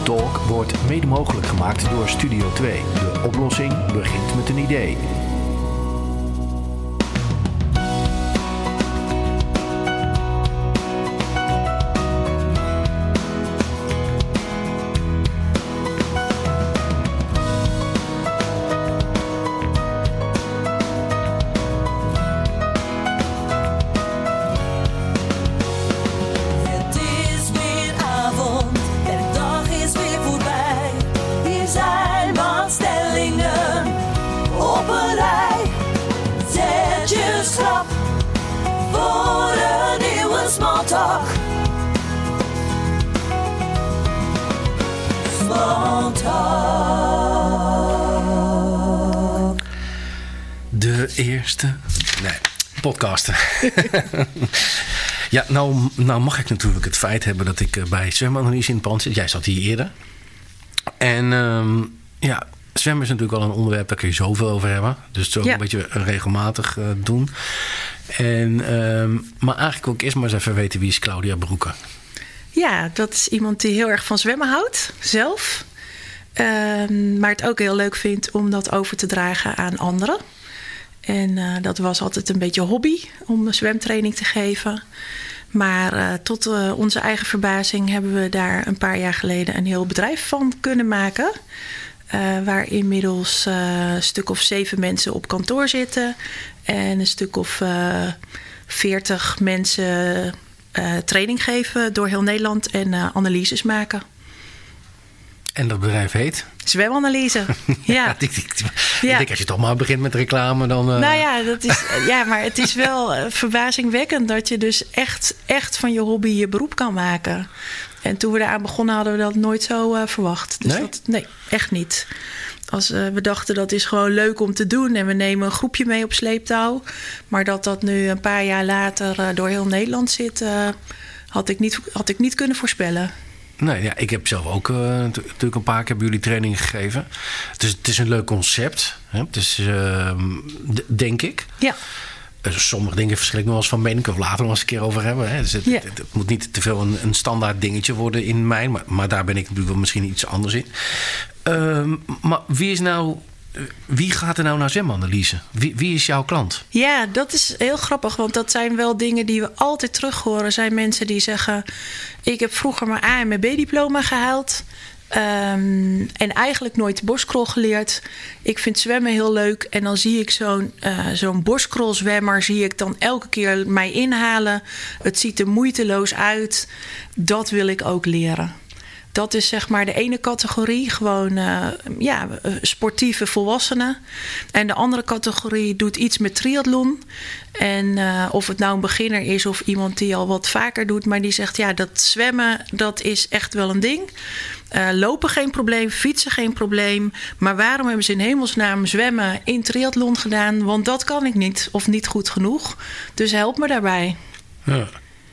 Talk wordt mede mogelijk gemaakt door Studio 2. De oplossing begint met een idee. De eerste... Nee, podcasten. Ja, nou mag ik natuurlijk het feit hebben dat ik bij Zwemanalyse in het pand zit. Jij zat hier eerder. En zwemmen is natuurlijk wel een onderwerp, daar kun je zoveel over hebben. Dus het is ook een beetje regelmatig doen. Maar eigenlijk wil ik eerst maar eens even weten, wie is Claudia Broeke? Ja, dat is iemand die heel erg van zwemmen houdt, zelf. Maar het ook heel leuk vindt om dat over te dragen aan anderen. En dat was altijd een beetje hobby om zwemtraining te geven. Maar tot onze eigen verbazing hebben we daar een paar jaar geleden een heel bedrijf van kunnen maken. Waar inmiddels een stuk of 7 mensen op kantoor zitten. En een stuk of 40 mensen training geven door heel Nederland en analyses maken. En dat bedrijf heet? Zwemanalyse. Ja. Ik denk, als je toch maar begint met reclame, dan... Nou ja, maar het is wel verbazingwekkend dat je dus echt van je hobby je beroep kan maken. En toen we daaraan begonnen hadden we dat nooit zo verwacht. Dus nee? Nee, echt niet. We dachten dat is gewoon leuk om te doen en we nemen een groepje mee op sleeptouw. Maar dat nu een paar jaar later door heel Nederland zit, had ik niet kunnen voorspellen. Nee, ja, ik heb zelf ook natuurlijk een paar keer bij jullie trainingen gegeven. Het is een leuk concept. Hè? Het is, denk ik. Ja. Sommige dingen verschil ik nog wel eens van mening. Ik wil later nog eens een keer over hebben. Hè? Dus het moet niet te veel een standaard dingetje worden in mij. Maar daar ben ik natuurlijk wel misschien iets anders in. Maar wie gaat er nou naar zwemanalyse? Wie is jouw klant? Ja, dat is heel grappig. Want dat zijn wel dingen die we altijd terug horen. Er zijn mensen die zeggen... ik heb vroeger mijn A- en mijn B-diploma gehaald. En eigenlijk nooit de borstcrawl geleerd. Ik vind zwemmen heel leuk. En dan zie ik zo'n borstcrawlzwemmer... zie ik dan elke keer mij inhalen. Het ziet er moeiteloos uit. Dat wil ik ook leren. Dat is zeg maar de ene categorie, gewoon sportieve volwassenen. En de andere categorie doet iets met triathlon. En of het nou een beginner is of iemand die al wat vaker doet... maar die zegt, ja, dat zwemmen, dat is echt wel een ding. Lopen geen probleem, fietsen geen probleem. Maar waarom hebben ze in hemelsnaam zwemmen in triathlon gedaan? Want dat kan ik niet, of niet goed genoeg. Dus help me daarbij. Ja.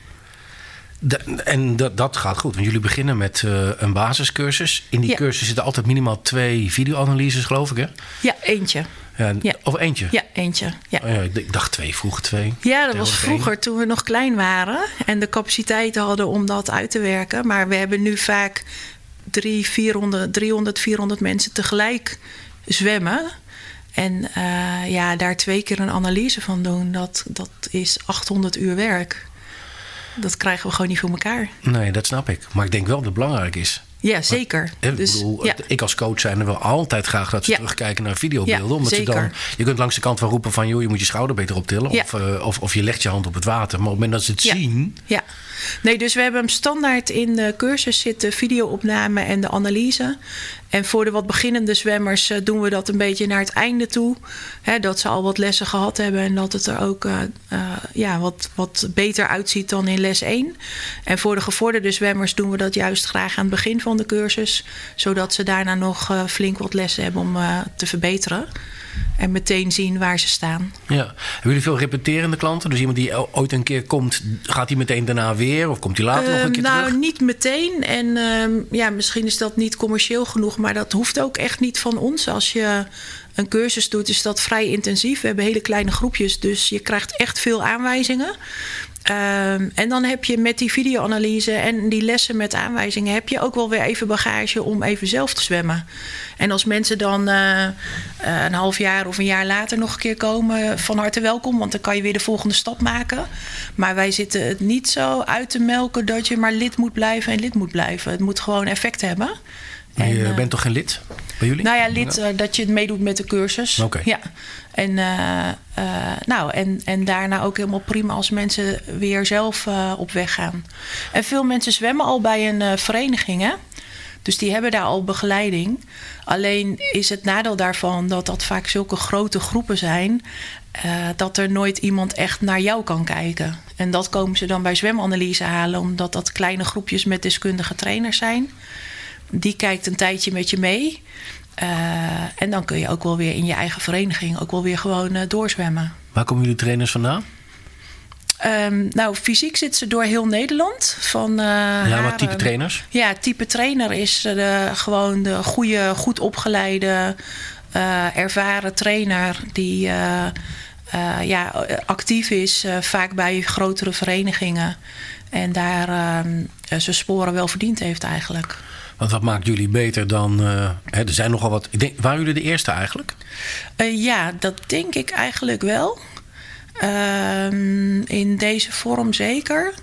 Dat gaat goed, want jullie beginnen met een basiscursus. In die cursus zitten altijd minimaal 2 videoanalyses, geloof ik, hè? Ja, eentje. Of eentje? Ja, eentje. Ja. Oh ja, ik dacht 2, vroeger 2. Ja, dat was vroeger toen we nog klein waren... en de capaciteiten hadden om dat uit te werken. Maar we hebben nu vaak 300, 400 mensen tegelijk zwemmen... En daar 2 keer een analyse van doen, dat is 800 uur werk. Dat krijgen we gewoon niet voor elkaar. Nee, dat snap ik. Maar ik denk wel dat het belangrijk is. Ja, zeker. Ik als coach zijn er wel altijd graag dat ze terugkijken naar videobeelden. Ja, omdat zeker. Je kunt langs de kant wel roepen van... joh, je moet je schouder beter optillen. Ja. Of je legt je hand op het water. Maar op het moment dat ze het zien... Ja. Nee, dus we hebben hem standaard in de cursus zitten... videoopname en de analyse. En voor de wat beginnende zwemmers doen we dat een beetje naar het einde toe. Hè, dat ze al wat lessen gehad hebben... en dat het er ook wat beter uitziet dan in les 1. En voor de gevorderde zwemmers doen we dat juist graag aan het begin van de cursus. Zodat ze daarna nog flink wat lessen hebben om te verbeteren. En meteen zien waar ze staan. Ja. Hebben jullie veel repeterende klanten? Dus iemand die ooit een keer komt, gaat die meteen daarna weer? Of komt die later nog een keer terug? Nou, niet meteen. En misschien is dat niet commercieel genoeg. Maar dat hoeft ook echt niet van ons. Als je een cursus doet, is dat vrij intensief. We hebben hele kleine groepjes. Dus je krijgt echt veel aanwijzingen. En dan heb je met die videoanalyse en die lessen met aanwijzingen... heb je ook wel weer even bagage om even zelf te zwemmen. En als mensen dan een half jaar of een jaar later nog een keer komen... van harte welkom, want dan kan je weer de volgende stap maken. Maar wij zitten het niet zo uit te melken dat je maar lid moet blijven en lid moet blijven. Het moet gewoon effect hebben. Maar je bent toch geen lid bij jullie? Nou ja, lid dat je het meedoet met de cursus. Okay. Ja. En daarna ook helemaal prima als mensen weer zelf op weg gaan. En veel mensen zwemmen al bij een vereniging, hè? Dus die hebben daar al begeleiding. Alleen is het nadeel daarvan dat vaak zulke grote groepen zijn... dat er nooit iemand echt naar jou kan kijken. En dat komen ze dan bij zwemanalyse halen... omdat dat kleine groepjes met deskundige trainers zijn. Die kijkt een tijdje met je mee... en dan kun je ook wel weer in je eigen vereniging... ook wel weer gewoon doorzwemmen. Waar komen jullie trainers vandaan? Fysiek zitten ze door heel Nederland. Wat type trainers? Ja, type trainer is gewoon de goede, goed opgeleide... ervaren trainer die actief is... vaak bij grotere verenigingen. En daar zijn sporen wel verdiend heeft eigenlijk. Want wat maakt jullie beter dan... er zijn nogal wat... Waren jullie de eerste eigenlijk? Ja, dat denk ik eigenlijk wel. In deze vorm zeker.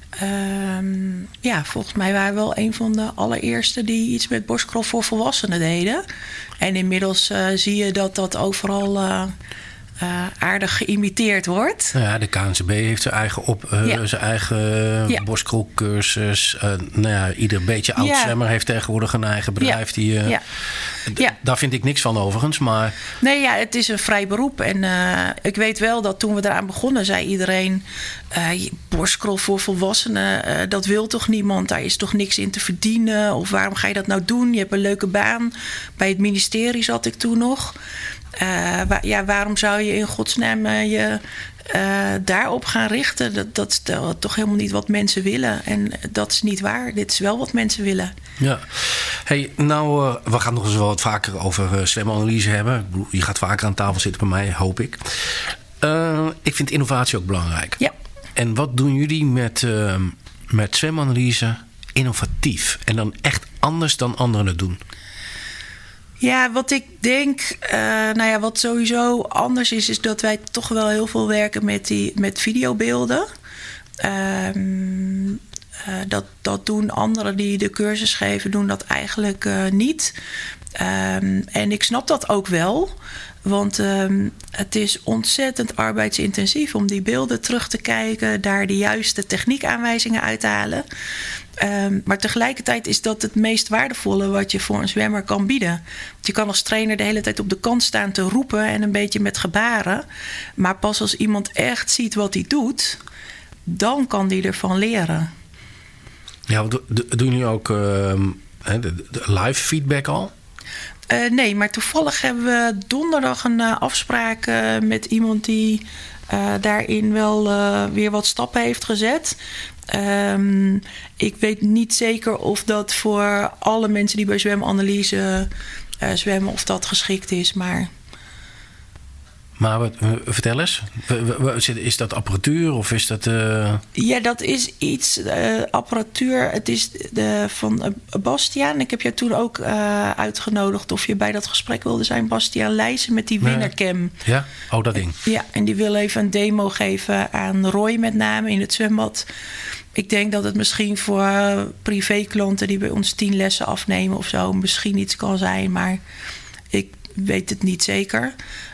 Volgens mij waren we wel een van de allereerste... die iets met borstkrol voor volwassenen deden. En inmiddels zie je dat overal... aardig geïmiteerd wordt. Ja, de KNCB heeft zijn eigen borstkrolcursus. Ieder beetje oud-zwemmer heeft tegenwoordig een eigen bedrijf. Daar vind ik niks van overigens. Maar... Nee, ja, het is een vrij beroep. En ik weet wel dat toen we eraan begonnen... zei iedereen... borstkrol voor volwassenen, dat wil toch niemand? Daar is toch niks in te verdienen? Of waarom ga je dat nou doen? Je hebt een leuke baan. Bij het ministerie zat ik toen nog... waarom zou je in godsnaam je daarop gaan richten? Dat is toch helemaal niet wat mensen willen. En dat is niet waar. Dit is wel wat mensen willen. Ja. Hey, we gaan nog eens wel wat vaker over zwemanalyse hebben. Ik bedoel, je gaat vaker aan tafel zitten bij mij, hoop ik. Ik vind innovatie ook belangrijk. Ja. En wat doen jullie met zwemanalyse innovatief? En dan echt anders dan anderen het doen? Ja, wat ik denk, wat sowieso anders is dat wij toch wel heel veel werken met videobeelden. Dat doen anderen die de cursus geven, doen dat eigenlijk niet. En ik snap dat ook wel. Want het is ontzettend arbeidsintensief om die beelden terug te kijken, daar de juiste techniekaanwijzingen uit te halen. Maar tegelijkertijd is dat het meest waardevolle wat je voor een zwemmer kan bieden. Want je kan als trainer de hele tijd op de kant staan te roepen en een beetje met gebaren. Maar pas als iemand echt ziet wat hij doet, dan kan die ervan leren. Ja, doen jullie ook de live feedback al? Nee, maar toevallig hebben we donderdag een afspraak met iemand die daarin wel weer wat stappen heeft gezet. Ik weet niet zeker of dat voor alle mensen die bij zwemanalyse zwemmen, of dat geschikt is, maar... Maar vertel eens, is dat apparatuur of is dat... Ja, dat is iets, apparatuur. Het is van Bastiaan. Ik heb jou toen ook uitgenodigd of je bij dat gesprek wilde zijn. Bastiaan Leijsen met die winnercam. Ja, dat ding. Ja, en die wil even een demo geven aan Roy met name in het zwembad. Ik denk dat het misschien voor privéklanten die bij ons 10 lessen afnemen of zo misschien iets kan zijn. Maar ik weet het niet zeker.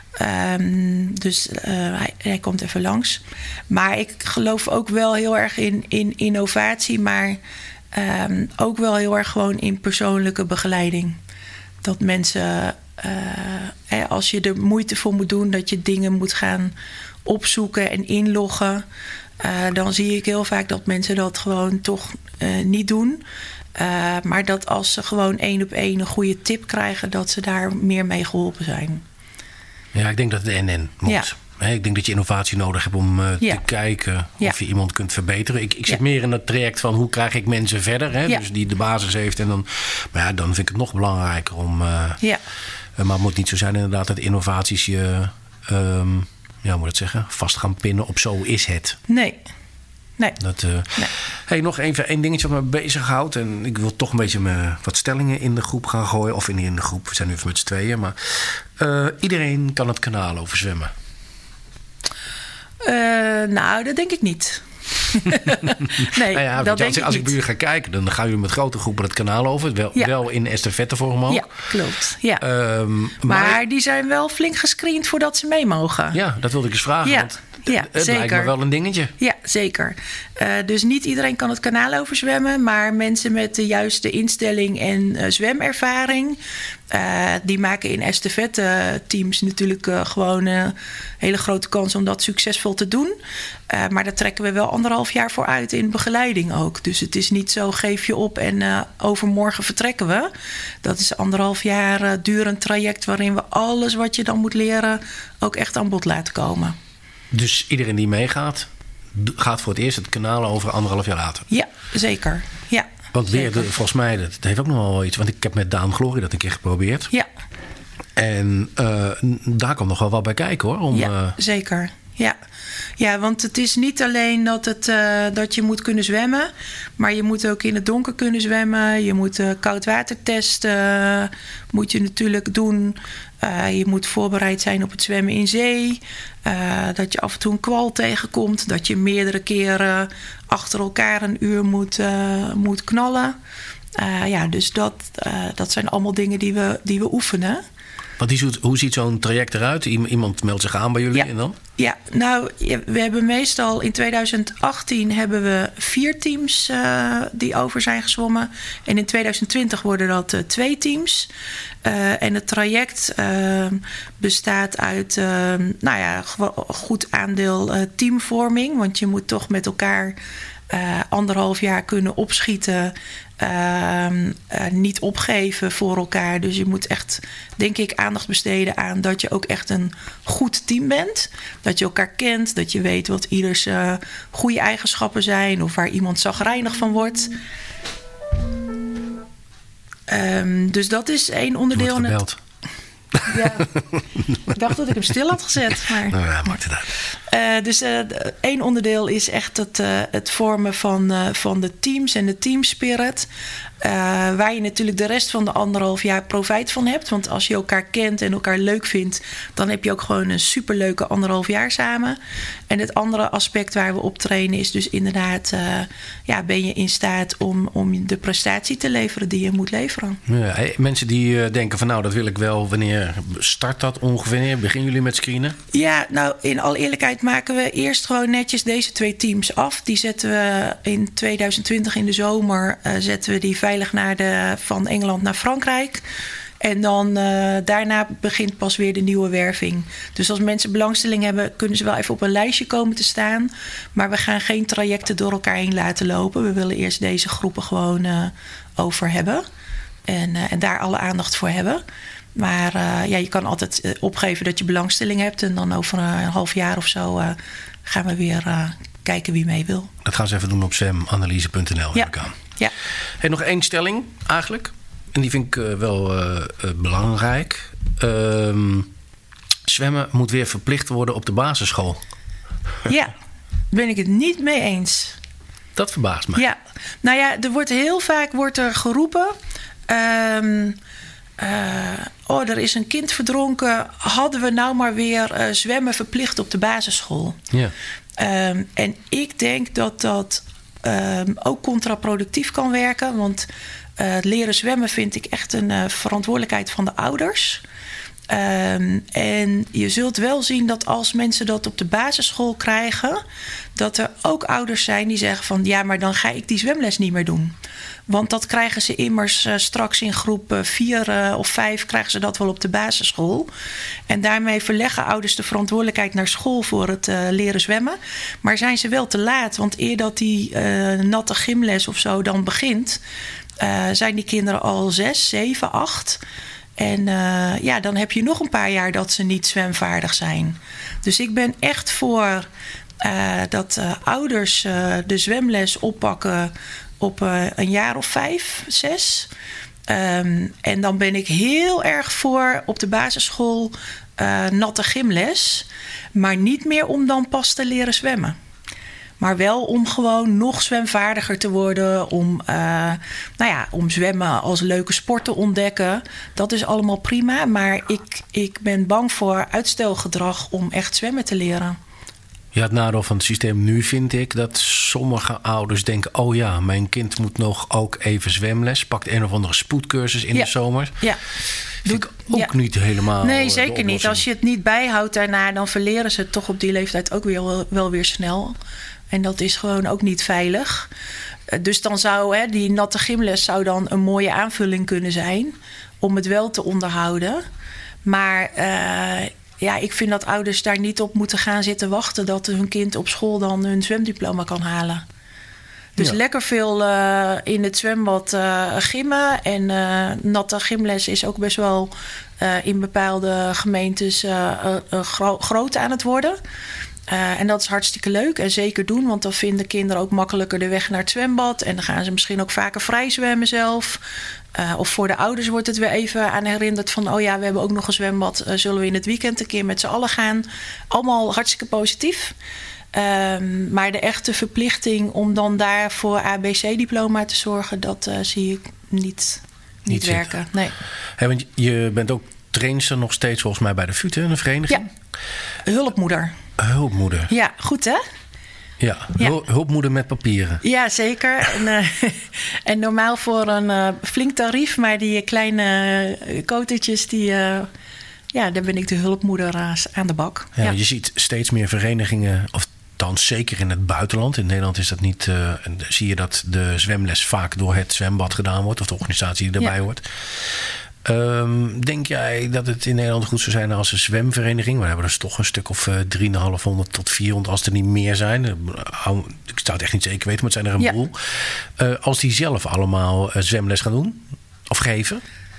Dus hij komt even langs. Maar ik geloof ook wel heel erg in innovatie, maar ook wel heel erg gewoon in persoonlijke begeleiding. Dat mensen, als je er moeite voor moet doen, dat je dingen moet gaan opzoeken en inloggen, dan zie ik heel vaak dat mensen dat gewoon toch niet doen. Maar dat als ze gewoon 1 op 1 een goede tip krijgen, dat ze daar meer mee geholpen zijn. Ja, ik denk dat het NN moet. Ja. Ik denk dat je innovatie nodig hebt om te kijken of je iemand kunt verbeteren. Ik zit meer in dat traject van hoe krijg ik mensen verder. Hè? Dus die de basis heeft. En dan, dan vind ik het nog belangrijker om... maar het moet niet zo zijn inderdaad dat innovaties je... moet ik zeggen, vast gaan pinnen op zo is het. Nee. Nee. Hey, nog even één dingetje wat me bezighoudt. En ik wil toch een beetje wat stellingen in de groep gaan gooien. Of in de groep, we zijn nu even met z'n tweeën. Maar iedereen kan het kanaal overzwemmen. Nou, dat denk ik niet. Nee, nou ja, dat denk ik als ik niet. bij jullie ga kijken, dan gaan jullie met grote groepen het kanaal over. Wel in estafettevorm ook. Ja, klopt. Ja. Maar die zijn wel flink gescreend voordat ze mee mogen. Ja, dat wilde ik eens vragen. Ja. Want het zeker. lijkt me wel een dingetje. Ja, zeker. Dus niet iedereen kan het kanaal overzwemmen. Maar mensen met de juiste instelling en zwemervaring... die maken in estafette-teams natuurlijk gewoon een hele grote kans om dat succesvol te doen. Maar daar trekken we wel 1,5 jaar voor uit in begeleiding ook. Dus het is niet zo geef je op en overmorgen vertrekken we. Dat is 1,5 jaar durend traject waarin we alles wat je dan moet leren ook echt aan bod laten komen. Dus iedereen die meegaat, gaat voor het eerst het kanaal over 1,5 jaar later? Ja, zeker. Ja. Want volgens mij, dat heeft ook nog wel iets. Want ik heb met Daan Glory dat een keer geprobeerd. Ja. En daar komt nog wel wat bij kijken hoor. Ja, zeker. Ja, want het is niet alleen dat je moet kunnen zwemmen. Maar je moet ook in het donker kunnen zwemmen. Je moet koudwatertesten moet je natuurlijk doen. Je moet voorbereid zijn op het zwemmen in zee. Dat je af en toe een kwal tegenkomt. Dat je meerdere keren achter elkaar 1 uur moet knallen. Dus dat zijn allemaal dingen die we oefenen. Want hoe ziet zo'n traject eruit? Iemand meldt zich aan bij jullie en dan? Ja, nou, we hebben meestal in 2018 hebben we 4 teams die over zijn gezwommen. En in 2020 worden dat 2 teams. En het traject bestaat uit een goed aandeel teamvorming. Want je moet toch met elkaar 1,5 jaar kunnen opschieten. Niet opgeven voor elkaar. Dus je moet echt, denk ik, aandacht besteden aan dat je ook echt een goed team bent. Dat je elkaar kent. Dat je weet wat ieders goede eigenschappen zijn. Of waar iemand chagrijnig van wordt. Dus dat is 1 onderdeel. Wordt gebeld. Ja, ik dacht dat ik hem stil had gezet. Maar... Nou ja, maakt het uit. Dus 1 onderdeel is echt het vormen van de teams en de teamspirit. Waar je natuurlijk de rest van de 1,5 jaar profijt van hebt. Want als je elkaar kent en elkaar leuk vindt, dan heb je ook gewoon een superleuke 1,5 jaar samen. En het andere aspect waar we op trainen is dus inderdaad, ben je in staat om de prestatie te leveren die je moet leveren. Ja, mensen die denken van dat wil ik wel. Wanneer start dat ongeveer? Beginnen jullie met screenen? Ja, nou in alle eerlijkheid maken we eerst gewoon netjes deze 2 teams af. Die zetten we in 2020 in de zomer zetten we die veilig van Engeland naar Frankrijk. En dan daarna begint pas weer de nieuwe werving. Dus als mensen belangstelling hebben, kunnen ze wel even op een lijstje komen te staan. Maar we gaan geen trajecten door elkaar heen laten lopen. We willen eerst deze groepen gewoon over hebben. En daar alle aandacht voor hebben. Maar je kan altijd opgeven dat je belangstelling hebt. En dan over 1,5 jaar of zo gaan we weer kijken wie mee wil. Dat gaan ze even doen op zwemanalyse.nl. Ja. Ja. En nog 1 stelling eigenlijk. En die vind ik wel belangrijk. Zwemmen moet weer verplicht worden op de basisschool. Ja, ben ik het niet mee eens. Dat verbaast mij. Ja, nou ja, er wordt heel vaak geroepen. Er is een kind verdronken. Hadden we nou maar weer zwemmen verplicht op de basisschool? Ja. En ik denk dat ook contraproductief kan werken. Want leren zwemmen vind ik echt een verantwoordelijkheid van de ouders. En je zult wel zien dat als mensen dat op de basisschool krijgen, dat er ook ouders zijn die zeggen van ja, maar dan ga ik die zwemles niet meer doen. Want dat krijgen ze immers straks in groep 4 of 5 krijgen ze dat wel op de basisschool. En daarmee verleggen ouders de verantwoordelijkheid naar school voor het leren zwemmen. Maar zijn ze wel te laat, want eer dat die natte gymles of zo dan begint, zijn die kinderen al 6, 7, 8. En dan heb je nog een paar jaar dat ze niet zwemvaardig zijn. Dus ik ben echt voor dat ouders de zwemles oppakken op een jaar of 5, 6. En dan ben ik heel erg voor op de basisschool natte gymles. Maar niet meer om dan pas te leren zwemmen. Maar wel om gewoon nog zwemvaardiger te worden. Om zwemmen als leuke sport te ontdekken. Dat is allemaal prima. Maar ik ben bang voor uitstelgedrag om echt zwemmen te leren. Ja, het nadeel van het systeem nu vind ik dat sommige ouders denken... oh ja, mijn kind moet nog ook even zwemles. Pakt een of andere spoedcursus in de zomer. Ja. Vind ik ook niet helemaal. Nee, zeker niet. Als je het niet bijhoudt daarna... dan verleren ze het toch op die leeftijd ook wel weer snel. En dat is gewoon ook niet veilig. Dus dan zou die natte gymles zou dan een mooie aanvulling kunnen zijn... om het wel te onderhouden. Maar... ik vind dat ouders daar niet op moeten gaan zitten wachten... dat hun kind op school dan hun zwemdiploma kan halen. Dus lekker veel in het zwembad gymmen. En natte gymles is ook best wel in bepaalde gemeentes groot aan het worden. En dat is hartstikke leuk en zeker doen... want dan vinden kinderen ook makkelijker de weg naar het zwembad... en dan gaan ze misschien ook vaker vrij zwemmen zelf... of voor de ouders wordt het weer even aan herinnerd van... oh ja, we hebben ook nog een zwembad. Zullen we in het weekend een keer met z'n allen gaan? Allemaal hartstikke positief. Maar de echte verplichting om dan daar voor ABC-diploma te zorgen... dat zie ik niet werken. Nee. Hey, want je bent ook trainster nog steeds volgens mij bij de FUT, een vereniging? Ja, hulpmoeder. Hulpmoeder. Ja, goed hè? Ja, hulpmoeder met papieren. Ja, zeker. En normaal voor een flink tarief, maar die kleine kotertjes, daar ben ik de hulpmoeder aan de bak. Ja, je ziet steeds meer verenigingen, of dan zeker in het buitenland. In Nederland is dat niet. Zie je dat de zwemles vaak door het zwembad gedaan wordt, of de organisatie die erbij hoort. Denk jij dat het in Nederland goed zou zijn als een zwemvereniging? We hebben dus toch een stuk of 350 tot 400 als er niet meer zijn. Ik zou het echt niet zeker weten, maar het zijn er een boel. Als die zelf allemaal zwemles gaan doen of geven?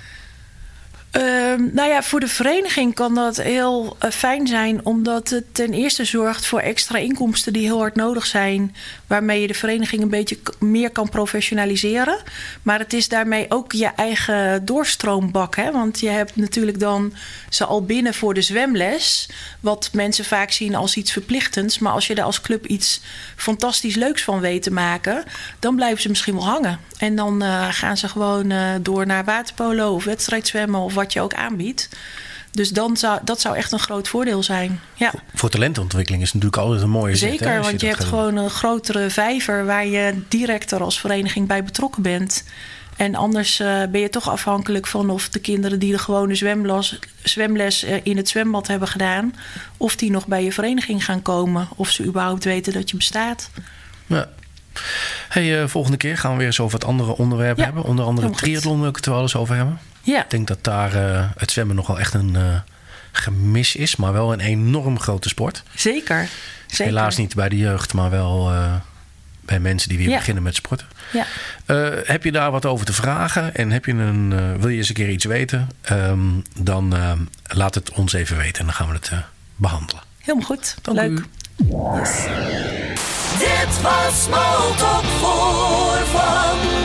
Voor de vereniging kan dat heel fijn zijn... omdat het ten eerste zorgt voor extra inkomsten die heel hard nodig zijn... waarmee je de vereniging een beetje meer kan professionaliseren. Maar het is daarmee ook je eigen doorstroombak. Hè? Want je hebt natuurlijk dan ze al binnen voor de zwemles... wat mensen vaak zien als iets verplichtends. Maar als je daar als club iets fantastisch leuks van weet te maken... dan blijven ze misschien wel hangen. En dan gaan ze gewoon door naar waterpolo of wedstrijdzwemmen... of wat je ook aanbiedt. Dus dat zou echt een groot voordeel zijn. Ja. Voor talentontwikkeling is het natuurlijk altijd een mooie zet. Zeker, want je hebt gewoon een grotere vijver... waar je directer als vereniging bij betrokken bent. En anders ben je toch afhankelijk van of de kinderen... die de gewone zwemles in het zwembad hebben gedaan... of die nog bij je vereniging gaan komen. Of ze überhaupt weten dat je bestaat. Ja. Hey, volgende keer gaan we weer eens over wat andere onderwerpen hebben. Onder andere triathlon wil ik het er wel eens over hebben. Ja. Ik denk dat daar het zwemmen nogal echt een gemis is. Maar wel een enorm grote sport. Zeker. Helaas niet bij de jeugd, maar wel bij mensen die weer beginnen met sporten. Ja. Heb je daar wat over te vragen? En wil je eens een keer iets weten? Dan laat het ons even weten. En dan gaan we het behandelen. Helemaal goed. Dank Leuk. u. Yes. Dit was Smalltalk voor vandaag.